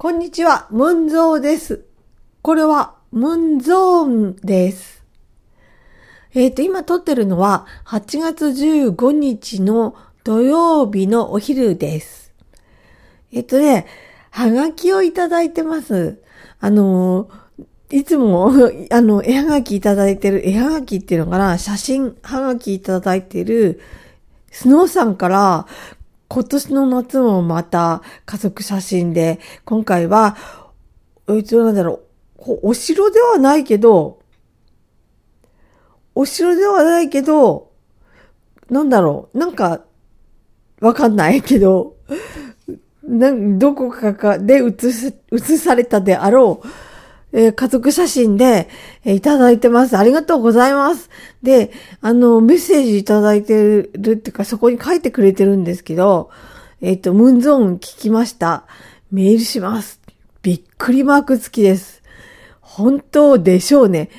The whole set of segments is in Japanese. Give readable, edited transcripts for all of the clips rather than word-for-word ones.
こんにちは、ムンゾーです。これはムンゾーンです。今撮ってるのは8月15日の土曜日のお昼です。はがきをいただいてます。いつも、絵はがきいただいてる、絵はがきっていうのかな、写真はがきいただいてる、スノーさんから、今年の夏もまた家族写真で、今回は、お城ではないけど、わかんないけど、どこかで写されたであろう、家族写真で、いただいてます。ありがとうございます。で、メッセージいただいてるっていうか、そこに書いてくれてるんですけど、ムンゾーン聞きました。メールします。びっくりマーク付きです。本当でしょうね。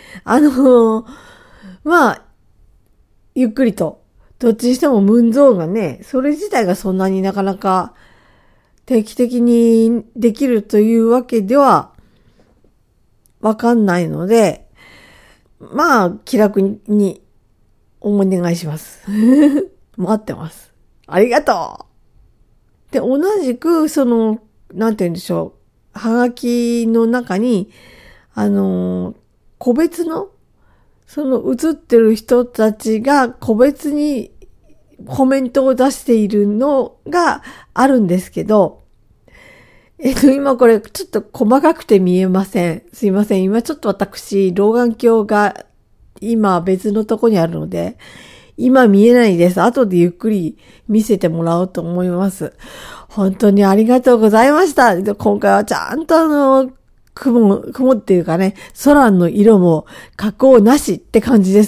ゆっくりと。どっちにしてもムンゾーンがね、それ自体がそんなになかなか定期的にできるというわけではわかんないので、気楽にお願いします。待ってます。ありがとう。で、同じく、なんて言うんでしょう。はがきの中に、個別の、写ってる人たちが個別にコメントを出しているのがあるんですけど、今これちょっと細かくて見えません。すいません。今ちょっと私、老眼鏡が今別のとこにあるので、今見えないです。後でゆっくり見せてもらおうと思います。本当にありがとうございました。今回はちゃんと雲っていうかね、空の色も加工なしって感じです。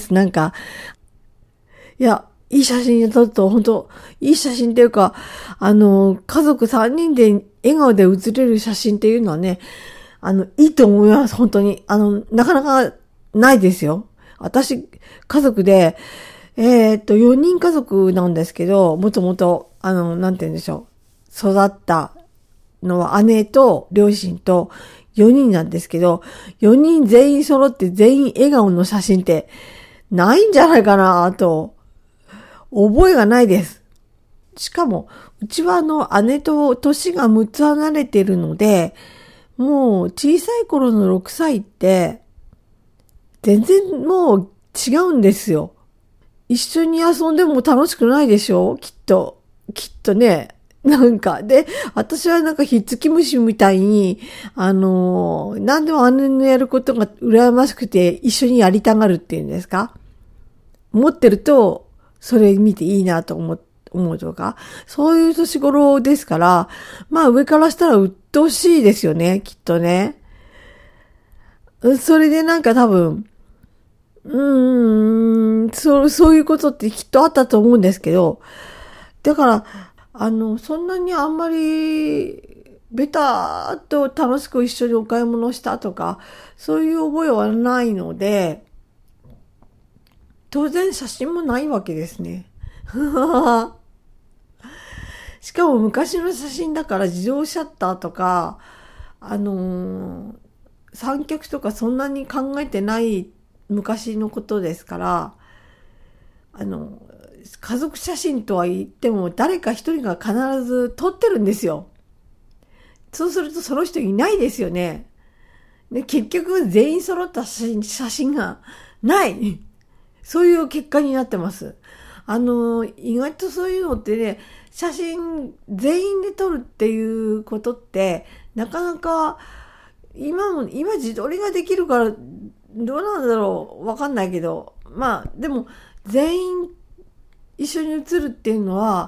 いい写真撮ると、本当いい写真っていうか、家族3人で笑顔で写れる写真っていうのはね、いいと思います、本当に。なかなかないですよ。私、家族で、4人家族なんですけど、もともと、なんて言うんでしょう。育ったのは姉と両親と4人なんですけど、4人全員揃って全員笑顔の写真ってないんじゃないかなと、覚えがないです。しかも、うちは姉と年が6つ離れているので、もう小さい頃の6歳って、全然もう違うんですよ。一緒に遊んでも楽しくないでしょ？きっとね。で、私はひっつき虫みたいに、何でも姉のやることが羨ましくて一緒にやりたがるっていうんですか？持ってると、それ見ていいなと思うとか、そういう年頃ですから、上からしたら鬱陶しいですよね、きっとね。それで多分、そういうことってきっとあったと思うんですけど、だから、そんなにあんまり、ベターっと楽しく一緒にお買い物したとか、そういう覚えはないので、当然写真もないわけですね。しかも昔の写真だから自動シャッターとか、三脚とかそんなに考えてない昔のことですから、家族写真とは言っても誰か一人が必ず撮ってるんですよ。そうするとその人いないですよね。で、結局全員揃った写真がない。そういう結果になってます。意外とそういうのってね、写真全員で撮るっていうことって、なかなか今自撮りができるから、どうなんだろうわかんないけど、でも全員一緒に写るっていうのは、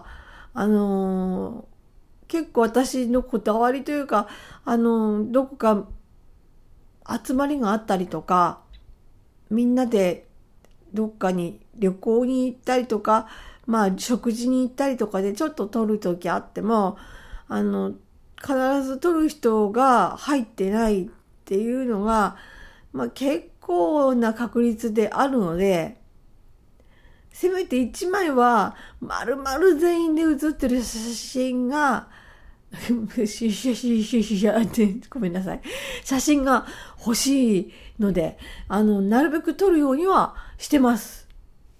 結構私のこだわりというか、どこか集まりがあったりとか、みんなでどっかに旅行に行ったりとか、食事に行ったりとかでちょっと撮るときあっても、必ず撮る人が入ってないっていうのが、結構な確率であるので、せめて1枚は丸々全員で写ってる写真がってごめんなさい。写真が欲しいので、なるべく撮るようにはしてます。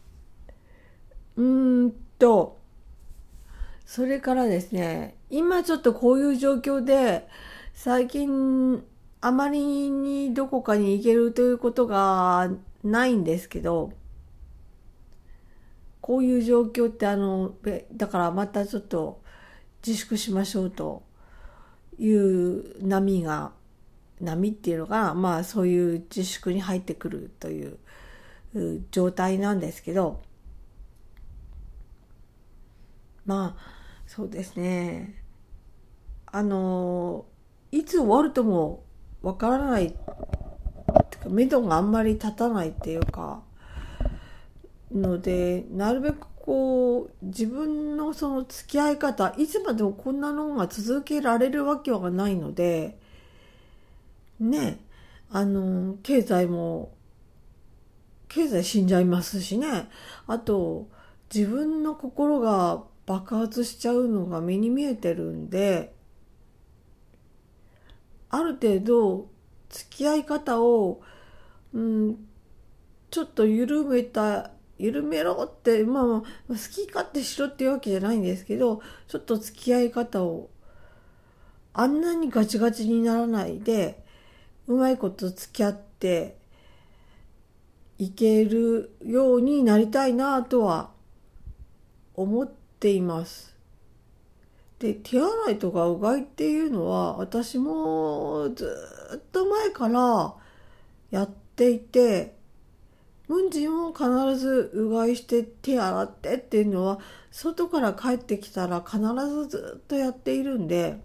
それからですね、今ちょっとこういう状況で、最近あまりにどこかに行けるということがないんですけど、こういう状況ってだからまたちょっと自粛しましょうという波っていうのが、まあそういう自粛に入ってくるという状態なんですけど、まあそうですね、いつ終わるともわからない、目処があんまり立たないっていうかので、なるべくこう自分のその付き合い方、いつまでもこんなのが続けられるわけはないのでね、経済死んじゃいますしね。あと自分の心が爆発しちゃうのが目に見えてるんで、ある程度付き合い方を、ちょっと緩めろって、まあ好き勝手しろっていうわけじゃないんですけど、ちょっと付き合い方をあんなにガチガチにならないで、うまいこと付き合っていけるようになりたいなとは思っています。で、手洗いとかうがいっていうのは私もずっと前からやっていて、文人も必ずうがいして手洗ってっていうのは外から帰ってきたら必ずずっとやっているんで、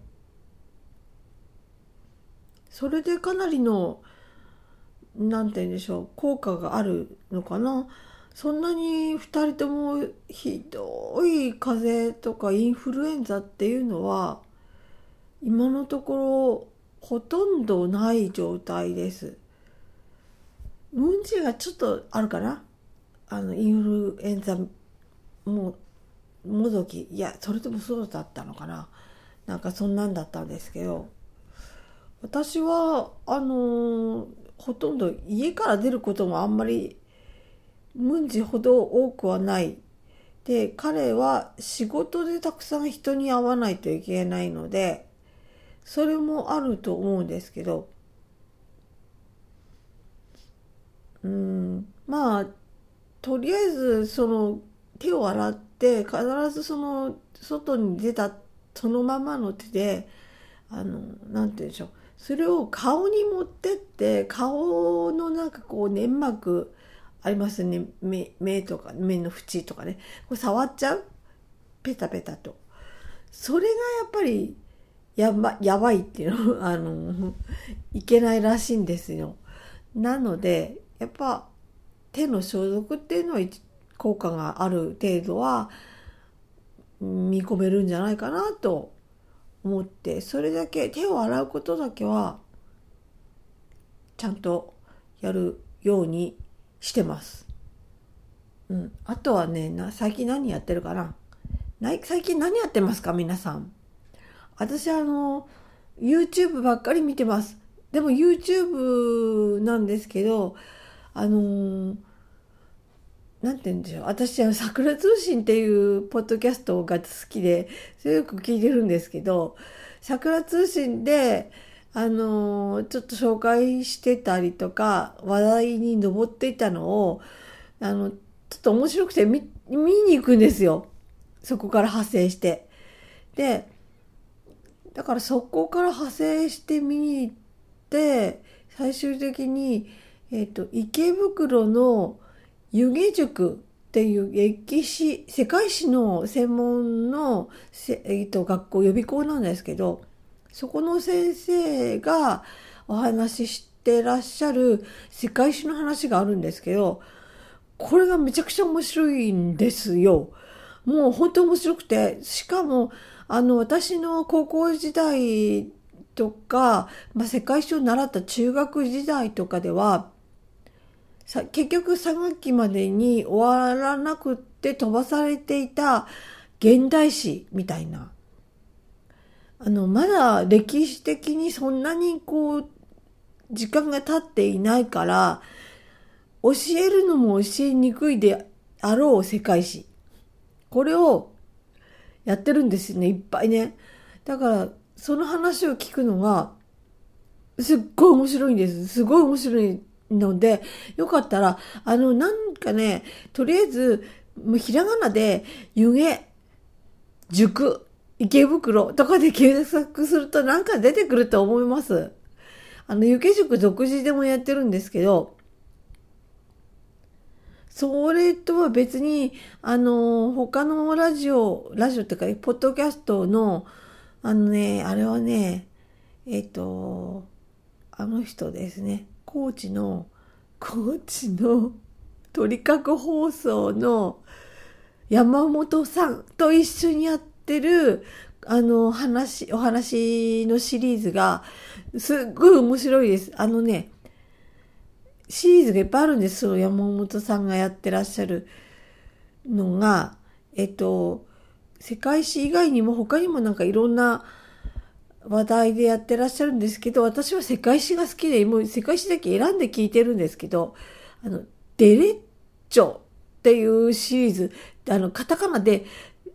それでかなりのなんて言うんでしょう、効果があるのかな。そんなに2人ともひどい風邪とかインフルエンザっていうのは今のところほとんどない状態です。うんちがちょっとあるかな、インフルエンザもどき、いやそれともそうだったのかな、なんかそんなんだったんですけど、私はほとんど家から出ることもあんまり文字ほど多くはない。で、彼は仕事でたくさん人に会わないといけないので、それもあると思うんですけど、まあとりあえずその手を洗って必ずその外に出たそのままの手でなんて言うんでしょう、それを顔に持ってって、顔のなんかこう粘膜ありますね、目とか目の縁とかね、これ触っちゃう、ペタペタと。それがやっぱりやばいっていうのいけないらしいんですよ。なのでやっぱ手の消毒っていうのは効果がある程度は見込めるんじゃないかなと思って、それだけ手を洗うことだけはちゃんとやるようにしてます。あとはね、最近何やってるかな。最近何やってますか皆さん。私YouTube ばっかり見てます。でも YouTube なんですけど、なんて言うんでしょう。私桜通信っていうポッドキャストが好きで、それよく聞いてるんですけど、桜通信でちょっと紹介してたりとか話題に上っていたのをちょっと面白くて見に行くんですよ。そこから派生して。で、だからそこから派生して見に行って、最終的に、池袋の湯気塾っていう世界史の専門の、学校、予備校なんですけど、そこの先生がお話ししてらっしゃる世界史の話があるんですけど、これがめちゃくちゃ面白いんですよ。もう本当面白くて、しかも私の高校時代とか、世界史を習った中学時代とかでは結局3学期までに終わらなくって飛ばされていた現代史みたいなまだ歴史的にそんなに時間が経っていないから、教えるのも教えにくいであろう世界史。これをやってるんですよね、いっぱいね。だから、その話を聞くのが、すっごい面白いんです。すごい面白いので、よかったら、なんかね、とりあえず、ひらがなで、湯気、塾、池袋とかで検索するとなんか出てくると思います。湯気塾独自でもやってるんですけど、それとは別に、他のラジオっていうか、ポッドキャストの、あれはね、あの人ですね、高知の鳥かご放送の山本さんと一緒にやってる、お話のシリーズが、すっごい面白いです。シリーズがいっぱいあるんですよ。山本さんがやってらっしゃるのが、世界史以外にも他にもなんかいろんな話題でやってらっしゃるんですけど、私は世界史が好きで、もう世界史だけ選んで聞いてるんですけど、デレッチョっていうシリーズ、カタカナで、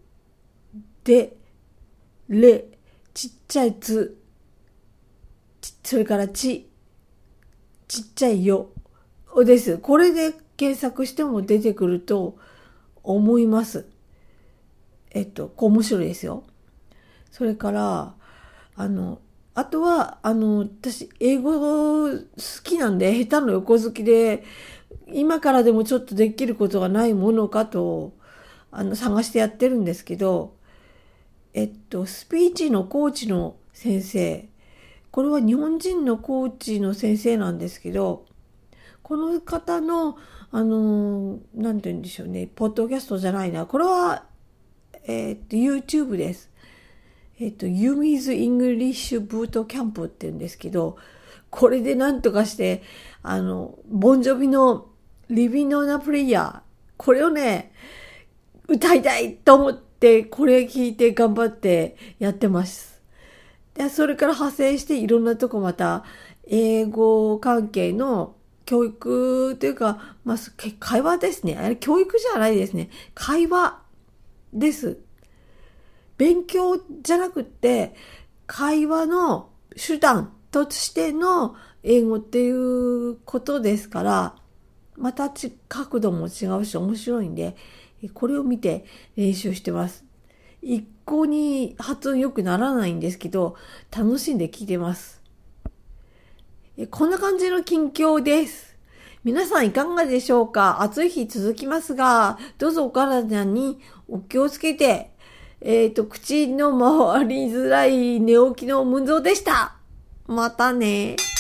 レ、ちっちゃいつ、それからちっちゃいよです。これで検索しても出てくると思います。面白いですよ。それから、あとは、私、英語好きなんで、下手の横好きで、今からでもちょっとできることがないものかと、探してやってるんですけど、スピーチのコーチの先生、これは日本人のコーチの先生なんですけど、この方の、なんて言うんでしょうね、ポッドキャストじゃないな、これは、YouTube です。ユミズ・イングリッシュ・ブート・キャンプって言うんですけど、これでなんとかして、ボンジョビのリビング・オナ・プレイヤー、これをね、歌いたいと思って、これ聞いて頑張ってやってます。で、それから派生していろんなとこまた、英語関係の教育というか、会話ですね。あれ教育じゃないですね。会話です。勉強じゃなくて、会話の手段としての英語っていうことですから、また角度も違うし面白いんで、これを見て練習してます。一向に発音良くならないんですけど、楽しんで聞いてます。こんな感じの近況です。皆さんいかがでしょうか？暑い日続きますが、どうぞお体にお気をつけて、口の回りづらい寝起きのムンゾーでした。またね。